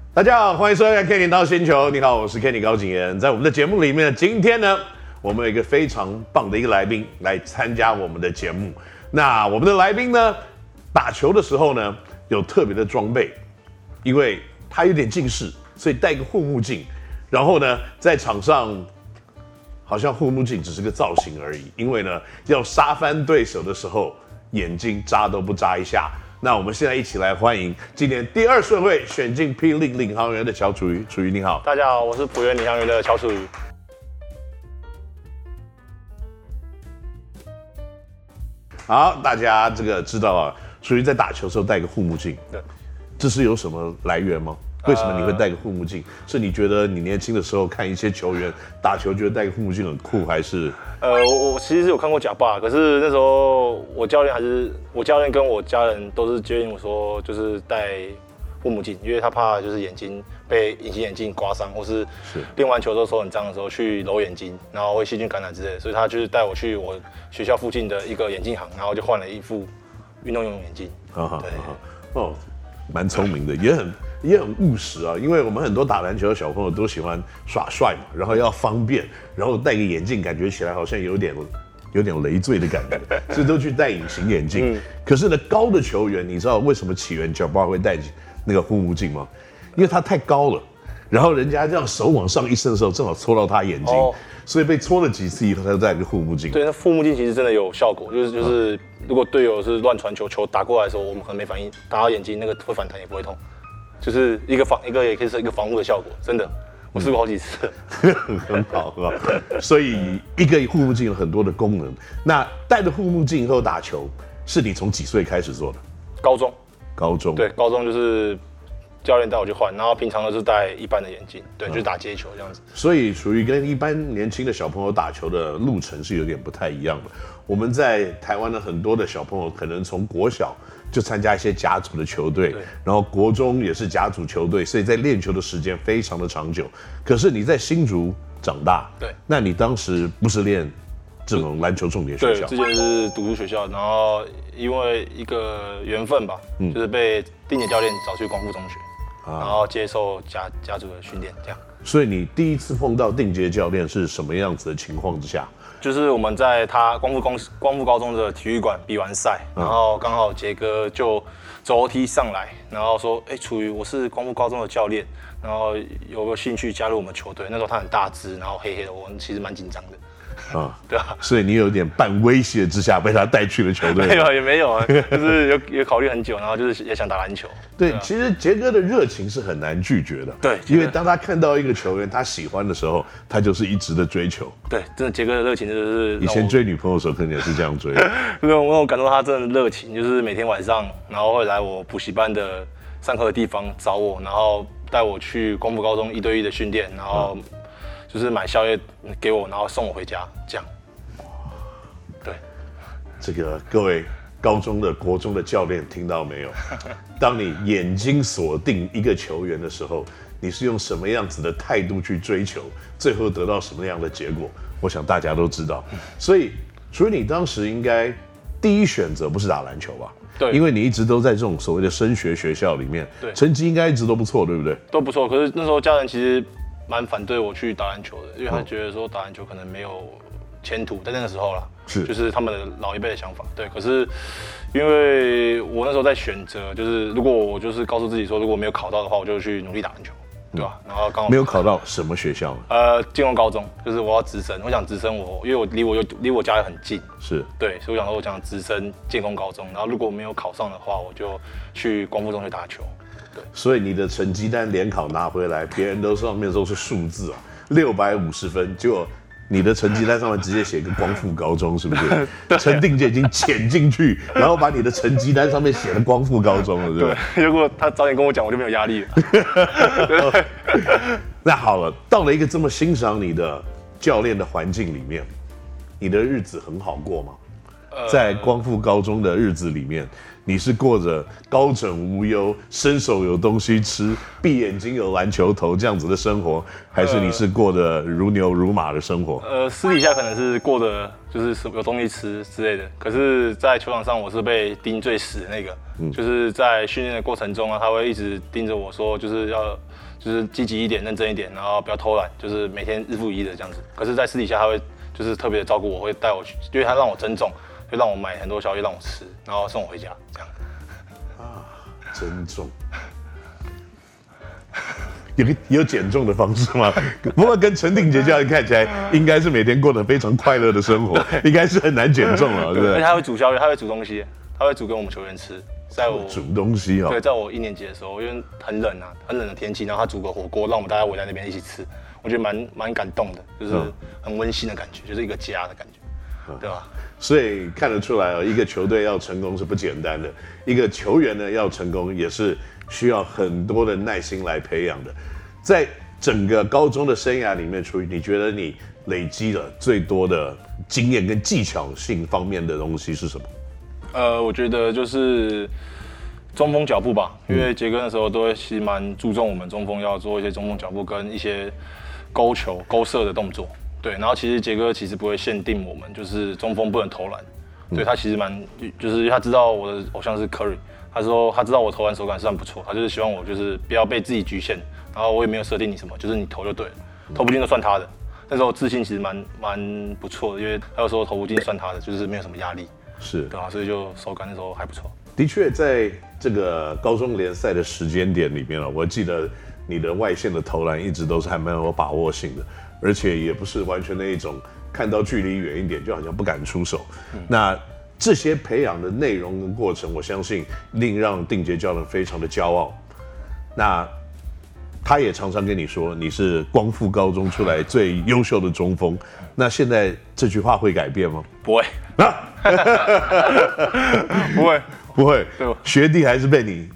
大家好，欢迎收看《Kenny 到星球》。你好，我是 Kenny 高景言。在我们的节目里面，今天呢，我们有一个非常棒的一个来宾来参加我们的节目。那我们的来宾呢，打球的时候呢，有特别的装备，因为他有点近视，所以戴个护目镜。然后呢，在场上好像护目镜只是个造型而已，因为呢，要杀翻对手的时候，眼睛眨都不眨一下。那我们现在一起来欢迎今年第2顺位选进霹雳领航员的乔楚瑜。楚瑜你好。 大家好，我是浦原领航员的乔楚瑜。 好，大家这个知道啊，楚瑜在打球的时候戴个护目镜， 对， 这是有什么来源吗？为什么你会戴个护目镜？是你觉得你年轻的时候看一些球员打球，觉得戴个护目镜很酷，还是？ 我其实是有看过假爸，可是那时候我教练跟我家人都是建议我说，就是戴护目镜，因为他怕就是眼睛被隐形眼镜刮伤，或是练完球的时候很脏的时候去揉眼睛，然后会细菌感染之类的，所以他就是带我去我学校附近的一个眼镜行，然后就换了一副运动用眼镜。 对，哦，蛮聪明的，也很务实啊，因为我们很多打篮球的小朋友都喜欢耍帅嘛，然后要方便，然后戴个眼镜，感觉起来好像有点累赘的感觉，所以都去戴隐形眼镜。可是呢，高的球员，你知道为什么起源脚包会戴那个护目镜吗？因为他太高了，然后人家这样手往上一伸的时候，正好戳到他眼睛，所以被戳了几次以后，他就戴个护目镜。 对，那护目镜其实真的有效果，就是如果队友是乱传球，球打过来的时候，我们可能没反应，打到眼睛那个会反弹也不会痛。就是一个也可以是一个防护的效果，真的，我试过好几次。 很好。所以一个护目镜有很多的功能。那戴着护目镜以后打球，是你从几岁开始做的？ 高中。对，高中就是教练带我去换，然后平常都是戴一般的眼镜，对，就是打街球这样子。 所以属于跟一般年轻的小朋友打球的路程是有点不太一样的。我们在台湾的很多的小朋友，可能从国小就参加一些甲组的球队，然后国中也是甲组球队，所以在练球的时间非常的长久。可是你在新竹长大， 对， 那你当时不是练这种篮球重点学校？ 对，之前是读书学校，然后因为一个缘分吧，就是被定姐教练找去光复中学，然后接受甲组的训练，这样。 所以你第一次碰到定杰教练是什么样子的情况之下？ 就是我们在他光复高中的体育馆比完赛，然后刚好杰哥就走楼梯上来，然后说：“楚瑜，我是光复高中的教练，然后有没有兴趣加入我们球队？”那时候他很大只，然后黑黑的，我其实蛮紧张的。对啊， 所以你有点半威胁之下被他带去了球队。 没有，也没有啊，就是也考虑很久，然后就是也想打篮球。 对，其实杰哥的热情是很难拒绝的。 对， 因为当他看到一个球员他喜欢的时候，他就是一直的追求。 对，真的杰哥的热情真的是。 以前追女朋友的时候，肯定也是这样追。 就是我有感受到他真的热情，就是每天晚上，然后会来我补习班的上课的地方找我，然后带我去光复高中1对1的训练，然后就是买宵夜给我，然后送我回家，这样。对， 这个各位高中的、国中的教练听到没有？当你眼睛锁定一个球员的时候，你是用什么样子的态度去追求，最后得到什么样的结果？我想大家都知道。所以，所以你当时应该第一选择不是打篮球吧？ 对， 因为你一直都在这种所谓的升学学校里面，对，成绩应该一直都不错，对不对？ 都不错。可是那时候家人其实蛮反对我去打篮球的，因为他觉得说打篮球可能没有前途，在那个时候啦，就是他们的老一辈的想法。对，可是因为我那时候在选择，就是如果我就是告诉自己说，如果没有考到的话，我就去努力打篮球，对吧？然后刚好没有考到什么学校呢？建工高中，就是我要直升，我想直升因为我离我家也很近， 是对，所以我想说我想直升建工高中，然后如果没有考上的话，我就去光复中学打球。对， 所以你的成绩单联考拿回来，别人都上面都是数字啊，650分，结果你的成绩单上面直接写个光复高中，是不是？陈定杰已经潜进去，然后把你的成绩单上面写了光复高中了，对不对？ 对，如果他早点跟我讲，我就没有压力了。 那好了，到了一个这么欣赏你的教练的环境里面，你的日子很好过吗？在光复高中的日子里面， 你是过着高枕无忧、伸手有东西吃、闭眼睛有篮球投这样子的生活，还是你是过着如牛如马的生活？ 私底下可能是过得就是有东西吃之类的，可是，在球场上我是被盯最死的那个，就是在训练的过程中啊，他会一直盯着我说，就是积极一点、认真一点，然后不要偷懒，就是每天日复一日的这样子。可是，在私底下他会就是特别的照顾我，会带我去，因为他让我增重。就让我买很多宵夜让我吃，然后送我回家，这样。 啊，增重。有减重的方式吗？不过跟陈鼎杰教练看起来，应该是每天过得非常快乐的生活，应该是很难减重了，对不对？ 而且他会煮宵夜，他会煮东西，他会煮给我们球员吃。在我煮东西哦。 对，在我1年级的时候，因为很冷啊，很冷的天气，然后他煮个火锅，让我们大家围在那边一起吃，我觉得蛮感动的，就是很温馨的感觉，就是一个家的感觉，对吧？ 所以看得出来哦，一个球队要成功是不简单的，一个球员呢要成功也是需要很多的耐心来培养的。在整个高中的生涯里面，楚瑜，你觉得你累积了最多的经验跟技巧性方面的东西是什么？ 我觉得就是中锋脚步吧，因为杰哥那时候都会其实蛮注重我们中锋要做一些中锋脚步跟一些勾球、勾射的动作。对，然后其实杰哥其实不会限定我们，就是中锋不能投篮。对他其实就是他知道我的偶像是 Curry， 他说他知道我投篮手感算不错，他就是希望我就是不要被自己局限，然后我也没有设定你什么，就是你投就对了，投不进就算他的。那时候自信其实蛮不错的，因为他有说投不进算他的，就是没有什么压力。 是， 对啊，所以就手感那时候还不错。 的确，在这个高中联赛的时间点里面我记得你的外线的投篮一直都是还蛮有把握性的。而且也不是完全那一种看到距离远一点就好像不敢出手。那这些培养的内容跟过程，我相信令让定杰教练非常的骄傲。那他也常常跟你说，你是光复高中出来最优秀的中锋。那现在这句话会改变吗？ 不会啊，不会， 对，学弟还是被你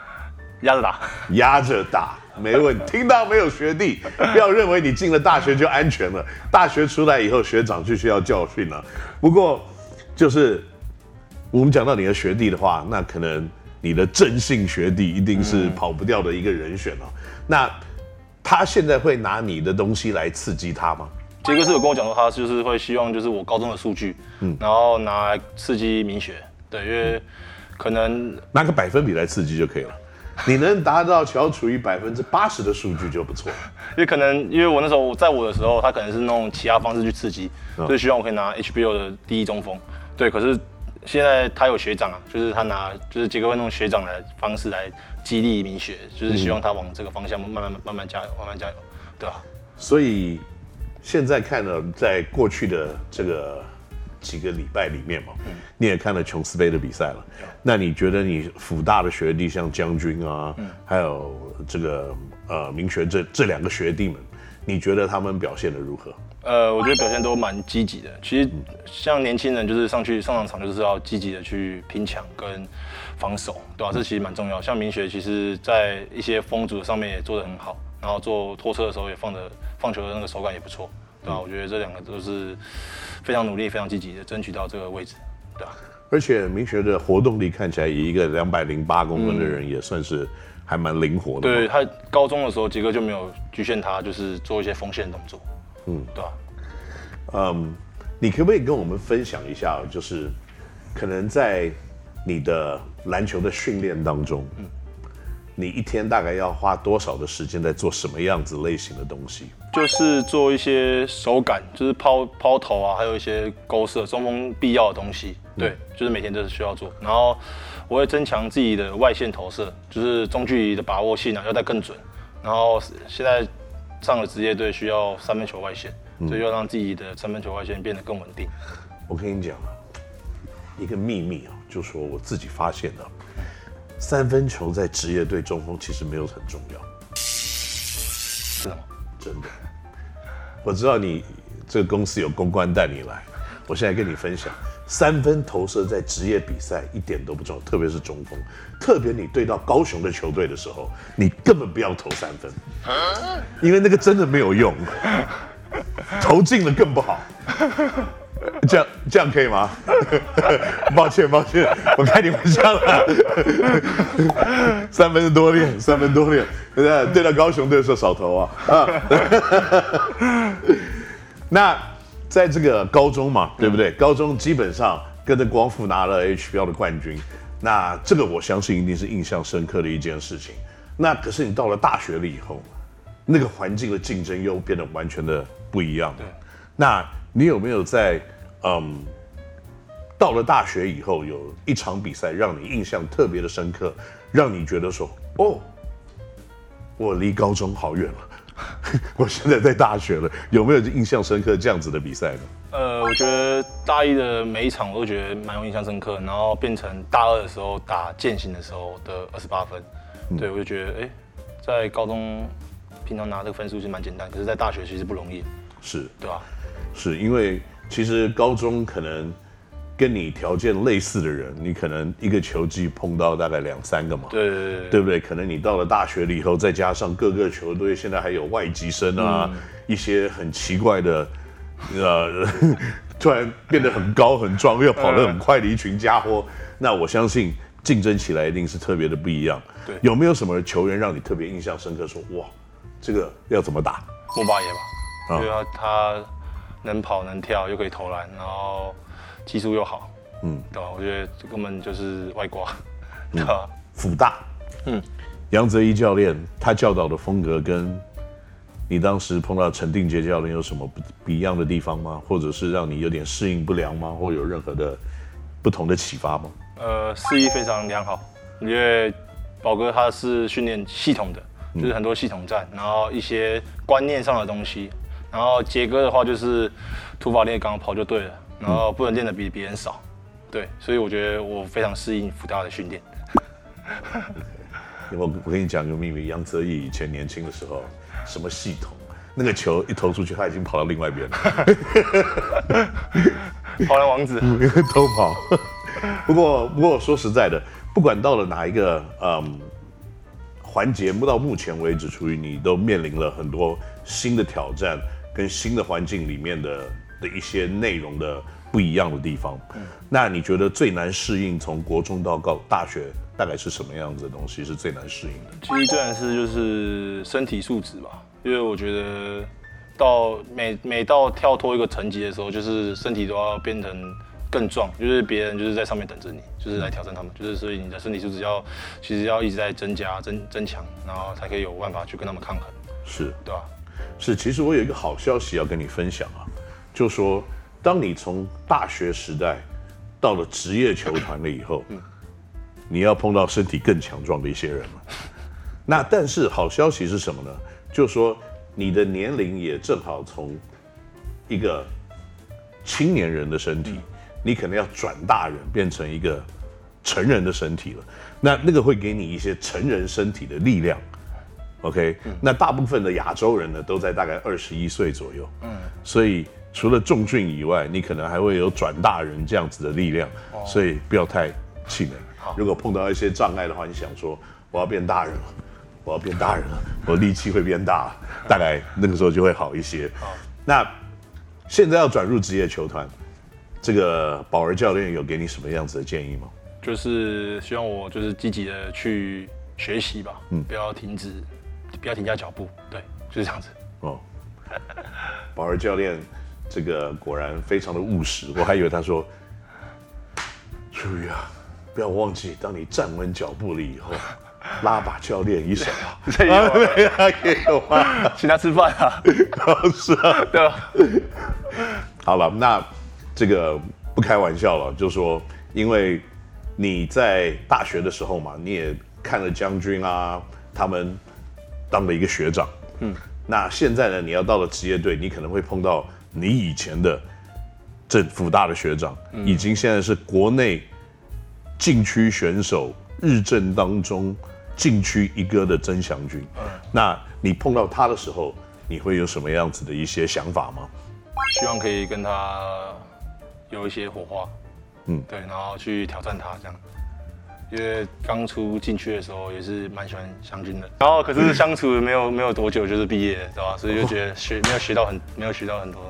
压着打。没问题，听到没有，学弟？不要认为你进了大学就安全了，大学出来以后，学长就需要教训了。不过，就是我们讲到你的学弟的话，那可能你的正信学弟一定是跑不掉的一个人选了。那他现在会拿你的东西来刺激他吗？ 杰哥是有跟我讲说，他就是会希望就是我高中的数据，然后拿来刺激民学，对，因为可能拿个百分比来刺激就可以了。你能达到乔楚瑜80%的数据就不错， 因为我那时候在我的时候，他可能是弄其他方式去刺激，所以希望我可以拿 HBO 的第一中锋。对，可是现在他有学长啊，就是他拿就是杰哥会弄学长的方式来激励民学，就是希望他往这个方向慢慢加油，对吧？ 所以现在看了，在过去的这个几个礼拜里面嘛，你也看了琼斯杯的比赛了。那你觉得你辅大的学弟像将军啊，还有这个明学这2个学弟们，你觉得他们表现得如何？ 我觉得表现都蛮积极的。其实像年轻人就是上场就是要积极的去拼抢跟防守，对吧？这其实蛮重要。像明学其实在一些封阻上面也做得很好，然后做拖车的时候也放球的那个手感也不错，对吧？我觉得这2个都是非常努力、非常积极的争取到这个位置，对吧？ 而且明学的活动力看起来，以一个208公分的人也算是还蛮灵活的。 对，他高中的时候，杰哥就没有局限他，就是做一些锋线动作，对吧？ 你可不可以跟我们分享一下，就是可能在你的篮球的训练当中，你一天大概要花多少的时间在做什么样子类型的东西？ 就是做一些手感，就是抛投啊，还有一些勾射，中锋必要的东西。对，就是每天都是需要做。然后我会增强自己的外线投射，就是中距离的把握性啊，要再更准。然后现在上了职业队，需要3分球外线，所以要让自己的3分球外线变得更稳定。 我跟你讲一个秘密就说我自己发现的，3分球在职业队中锋其实没有很重要。 是吗？ 真的，我知道你这个公司有公关带你来，我现在跟你分享，3分投射在职业比赛一点都不重要，特别是中锋，特别你对到高雄的球队的时候，你根本不要投3分，因为那个真的没有用，投进了更不好。 这样可以吗？抱歉，我开你玩笑了。3分多练，对到高雄队说少投啊。那在这个高中嘛，对不对？高中基本上跟着光复拿了 HBL 的冠军，那这个我相信一定是印象深刻的一件事情。那可是你到了大学了以后，那个环境的竞争又变得完全的不一样。那你有没有在到了大学以后，有一场比赛让你印象特别的深刻，让你觉得说，哦，我离高中好远了，我现在在大学了，有没有印象深刻这样子的比赛呢？ 我觉得大一的每一场我都觉得蛮有印象深刻，然后变成大二的时候打健行的时候的28分，对我就觉得，在高中平常拿这个分数是蛮简单，可是在大学其实不容易， 是， 对吧？ 是因为其实高中可能跟你条件类似的人，你可能一个球季碰到大概2-3个嘛，对不对？可能你到了大学了以后，再加上各个球队现在还有外籍生啊，一些很奇怪的，突然变得很高很壮又跑得很快的一群家伙，那我相信竞争起来一定是特别的不一样。 对， 有没有什么球员让你特别印象深刻？说哇，这个要怎么打？ 莫巴耶吧，因为他能跑能跳又可以投篮，然后技术又好，对吧？我觉得这根本就是外挂，对吧？ 辅大，杨泽一教练他教导的风格跟你当时碰到陈定杰教练有什么不一样的地方吗？或者是让你有点适应不良吗？或有任何的不同的启发吗？ 适应非常良好，因为宝哥他是训练系统的，就是很多系统战，然后一些观念上的东西。然后杰哥的话就是土法炼钢，跑就对了，然后不能练得比别人少，对，所以我觉得我非常适应福大的训练。 我跟你讲个秘密，杨泽义以前年轻的时候，什么系统，那个球一投出去，他已经跑到另外一边了， 跑篮王子， 偷跑。不过说实在的，不管到了哪一个环节，到目前为止，处于你都面临了很多新的挑战。跟新的环境里面的一些内容的不一样的地方，那你觉得最难适应从国中到大学大概是什么样子的东西是最难适应的？ 其实最难是就是身体素质吧，因为我觉得到每到跳脱一个层级的时候，就是身体都要变成更壮，就是别人就是在上面等着你，就是来挑战他们，就是所以你的身体素质其实要一直在增加增强，然后才可以有办法去跟他们抗衡， 是， 对吧？ 是，其实我有一个好消息要跟你分享啊，就说当你从大学时代到了职业球团了以后，你要碰到身体更强壮的一些人了。那但是好消息是什么呢？就是说你的年龄也正好从一个青年人的身体，你可能要转大人变成一个成人的身体了。那个会给你一些成人身体的力量。OK，那大部分的亚洲人呢，都在大概21岁左右。所以除了重训以外，你可能还会有转大人这样子的力量。所以不要太气馁。如果碰到一些障碍的话，你想说我要变大人了，我力气会变大，大概那个时候就会好一些。那现在要转入职业球团，这个宝儿教练有给你什么样子的建议吗？ 就是希望我就是积极的去学习吧，不要停下脚步，对，就是这样子。 宝儿教练这个果然非常的务实，我还以为他说，楚瑜啊，不要忘记，当你站稳脚步了以后，拉把教练一手啊。 这有啊， 也有啊， 请他吃饭啊。 是啊， 对吧？ 好了，那这个不开玩笑了，就说因为你在大学的时候嘛，你也看了将军啊，他们当了一个学长，那现在呢，你要到了职业队，你可能会碰到你以前的辅大的学长，已经现在是国内禁区选手日正当中禁区一哥的曾祥军。那你碰到他的时候，你会有什么样子的一些想法吗？ 希望可以跟他有一些火花，对，然后去挑战他这样。因为刚出禁区的时候也是蛮喜欢祥军的，然后可是相处没有多久就是毕业，对吧？所以就觉得没有学到很多东西。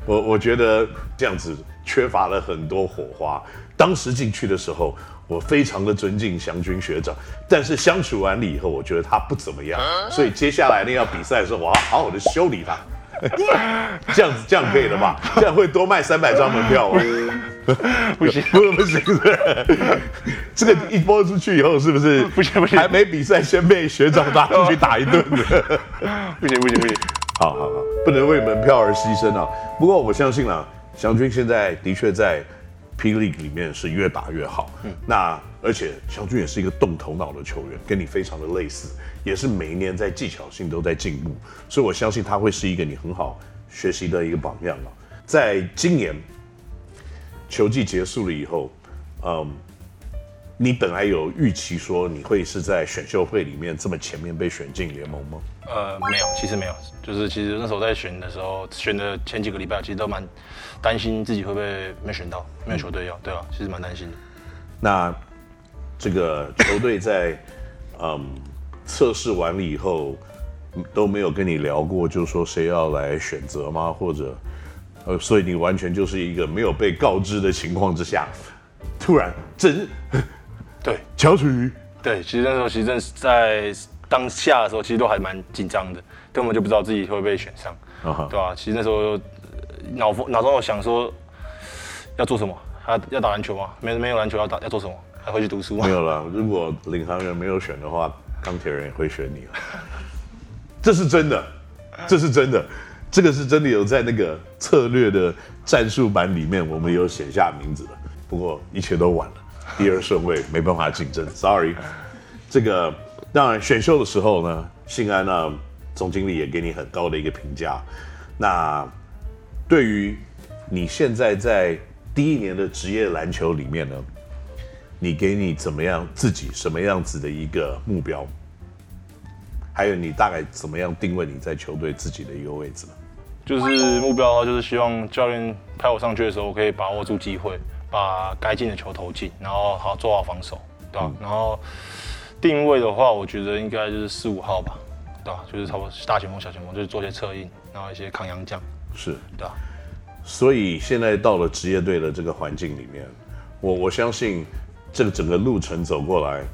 我觉得这样子缺乏了很多火花。当时进去的时候，我非常的尊敬祥军学长，但是相处完了以后，我觉得他不怎么样，所以接下来呢要比赛的时候，我要好好的修理他。这样可以了吧？这样会多卖300张门票吗？ 不行， 不行，这个一播出去以后，是不是不行， 还没比赛先被学长拉出去打一顿的？ 不行， 好，不能为门票而牺牲啊！不过我相信啊，祥军现在的确在霹雳里面是越打越好。那而且祥军也是一个动头脑的球员，跟你非常的类似，也是每一年在技巧性都在进步，所以我相信他会是一个你很好学习的一个榜样啊。在今年球季结束了以后，你本来有预期说你会是在选秀会里面这么前面被选进联盟吗？ 没有，其实没有，就是其实那时候在选的时候，选的前几个礼拜，其实都蛮担心自己会不会没选到，没有球队要，对吧？其实蛮担心的。 那这个球队在测试完了以后都没有跟你聊过，就是说谁要来选择吗？或者所以你完全就是一个没有被告知的情况之下，突然对乔楚瑜， 对，其实那时候其实真的是在当下的时候，其实都还蛮紧张的，根本就不知道自己会不会被选上，对吧？其实那时候脑中有想说要做什么，要打篮球吗？没有篮球要做什么？还回去读书吗？ 没有了。如果领航员没有选的话，钢铁人也会选你了。这是真的，这是真的，这个是真的有在那个策略的战术版里面，我们有写下名字的。不过一切都晚了，第2顺位没办法竞争 ，sorry。这个当然选秀的时候呢，信安呢总经理也给你很高的一个评价。那对于你现在在第1年的职业篮球里面呢，你给你怎么样自己什么样子的一个目标？还有你大概怎么样定位你在球队自己的一个位置呢？ 就是目标的话，就是希望教练派我上去的时候，我可以把握住机会，把该进的球投进，然后做好防守，对吧？然后定位的话，我觉得应该就是4、5号吧，对吧？就是差不多大前锋、小前锋，就是做些策应，然后一些抗洋将， 是， 对吧？ 所以现在到了职业队的这个环境里面，我相信这个整个路程走过来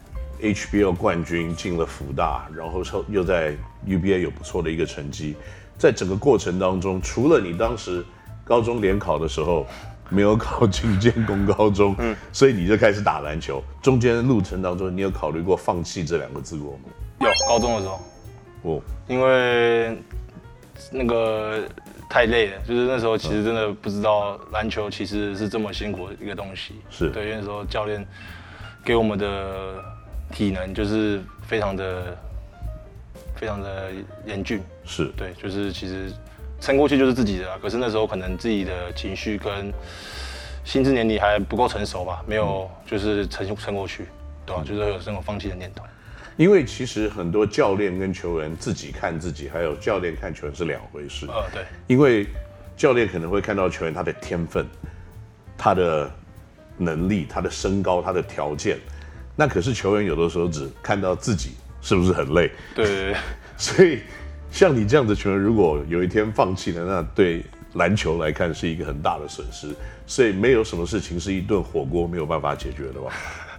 ，HBL 冠军进了辅大，然后又在 UBA 有不错的一个成绩，在整个过程当中，除了你当时高中联考的时候没有考进建工高中，所以你就开始打篮球，中间路程当中，你有考虑过放弃这2个字过吗？ 有，高中的时候，因为那个太累了，就是那时候其实真的不知道篮球其实是这么辛苦的一个东西。 是对，因为那时候教练给我们的体能就是非常的严峻。 是对，就是其实撑过去就是自己的啦，可是那时候可能自己的情绪跟心智年龄还不够成熟吧，没有就是撑过去，对吧？就是有这种放弃的念头。 因为其实很多教练跟球员自己看自己，还有教练看球员是2回事。 对。 因为教练可能会看到球员他的天分、他的能力、他的身高、他的条件，那可是球员有的时候只看到自己是不是很累。 对。 所以像你这样的球员，如果有一天放弃了，那对篮球来看是一个很大的损失。所以没有什么事情是一顿火锅没有办法解决的吧？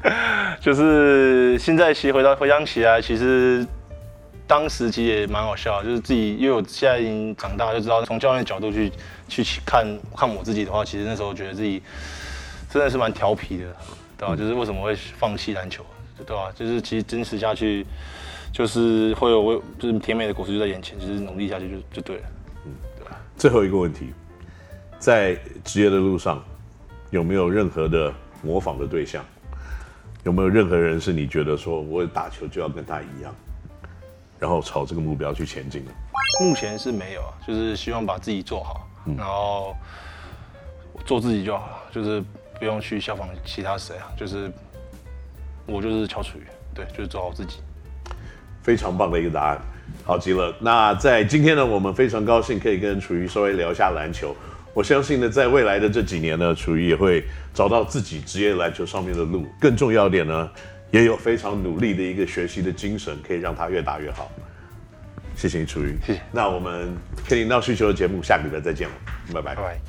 就是现在其实回想起来，其实当时其实也蛮好笑的，就是自己因为我现在已经长大，就知道从教练的角度去看我自己的话，其实那时候觉得自己真的是蛮调皮的，对吧？就是为什么会放弃篮球，对吧？就是其实坚持下去，就是会有就是甜美的果实就在眼前，就是努力下去就对了。对吧？ 最后一个问题，在职业的路上有没有任何的模仿的对象？有没有任何人是你觉得说我打球就要跟他一样，然后朝这个目标去前进的？ 目前是没有啊，就是希望把自己做好，然后做自己就好，就是不用去效仿其他谁啊，就是我就是乔楚瑜，对，就是做好自己。 非常棒的一个答案，好极了。那在今天呢，我们非常高兴可以跟楚瑜稍微聊一下篮球。我相信呢，在未来的这几年呢，楚瑜也会找到自己职业篮球上面的路。更重要一点呢，也有非常努力的一个学习的精神，可以让他越打越好。谢谢你，楚瑜。 谢谢。 那我们Kenny闹需求的节目下个礼拜再见了。 拜拜。 拜拜。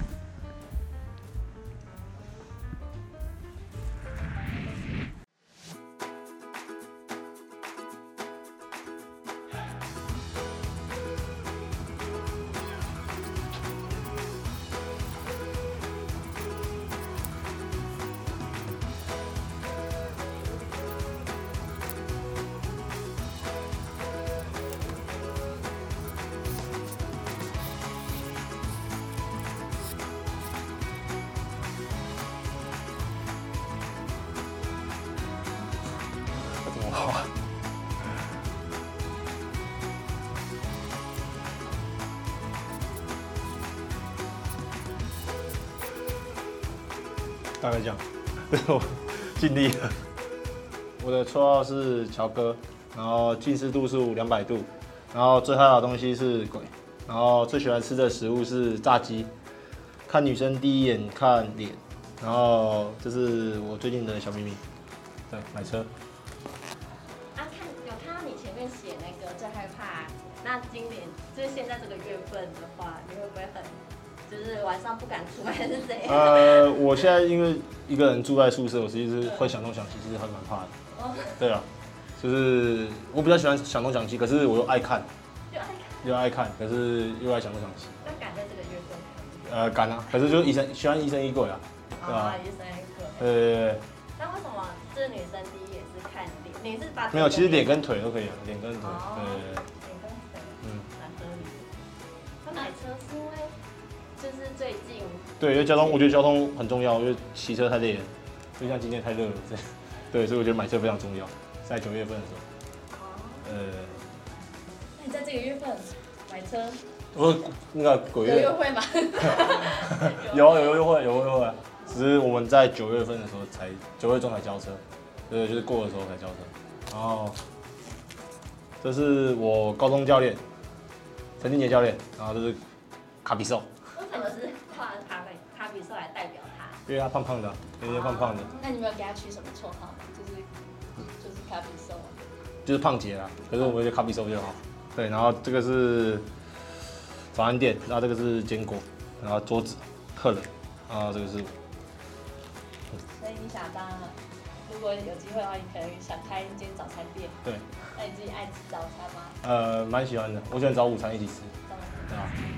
怎么画？大概这样，我尽力了。我的绰号是乔哥，然后近视度数200度，然后最害怕的东西是鬼，然后最喜欢吃的食物是炸鸡。看女生第一眼看脸，然后这是我最近的小秘密。对，买车。 有看到你前面写那个最害怕，那今年就是现在这个月份的话，你会不会很就是晚上不敢出来还是怎样？ 我现在因为一个人住在宿舍，我其实是会想东想西，其实还蛮怕的。对啊，就是我比较喜欢想东想西，可是我又爱看，又爱看，可是又爱想东想西。 那赶在这个月份看？ 赶啊，可是就喜欢疑神疑鬼啊。对啊， 疑神疑鬼。 对。 那为什么这女生第一眼是看脸？你是把没有，其实脸跟腿都可以啊，脸跟腿。 对。脸跟腿，蛮合理的。他买车是因为就是最近。 对，因为我觉得交通很重要，因为骑车太累了，就像今天太热了，对，所以我觉得买车非常重要，在9月份的时候。 那你在这个月份买车？ 我那个鬼月有优惠吗？ 有优惠，只是我们在9月份的时候9月中才交车，对，就是过的时候才交车。然后这是我高中教练陈俊杰教练，然后这是卡比兽。 为什么是画卡比兽来代表他？ 因为他胖胖的，有点胖胖的。 那你没有给他取什么绰号吗？就是卡比兽。 就是胖姐啦，可是我们就卡比兽就好。对，然后这个是早餐店，然后这个是坚果，然后桌子、客人，然后这个是我。 所以你想如果有机会的话，你可能想开一间早餐店。 对。 那你自己爱吃早餐吗？ 蛮喜欢的，我喜欢早午餐一起吃。对啊。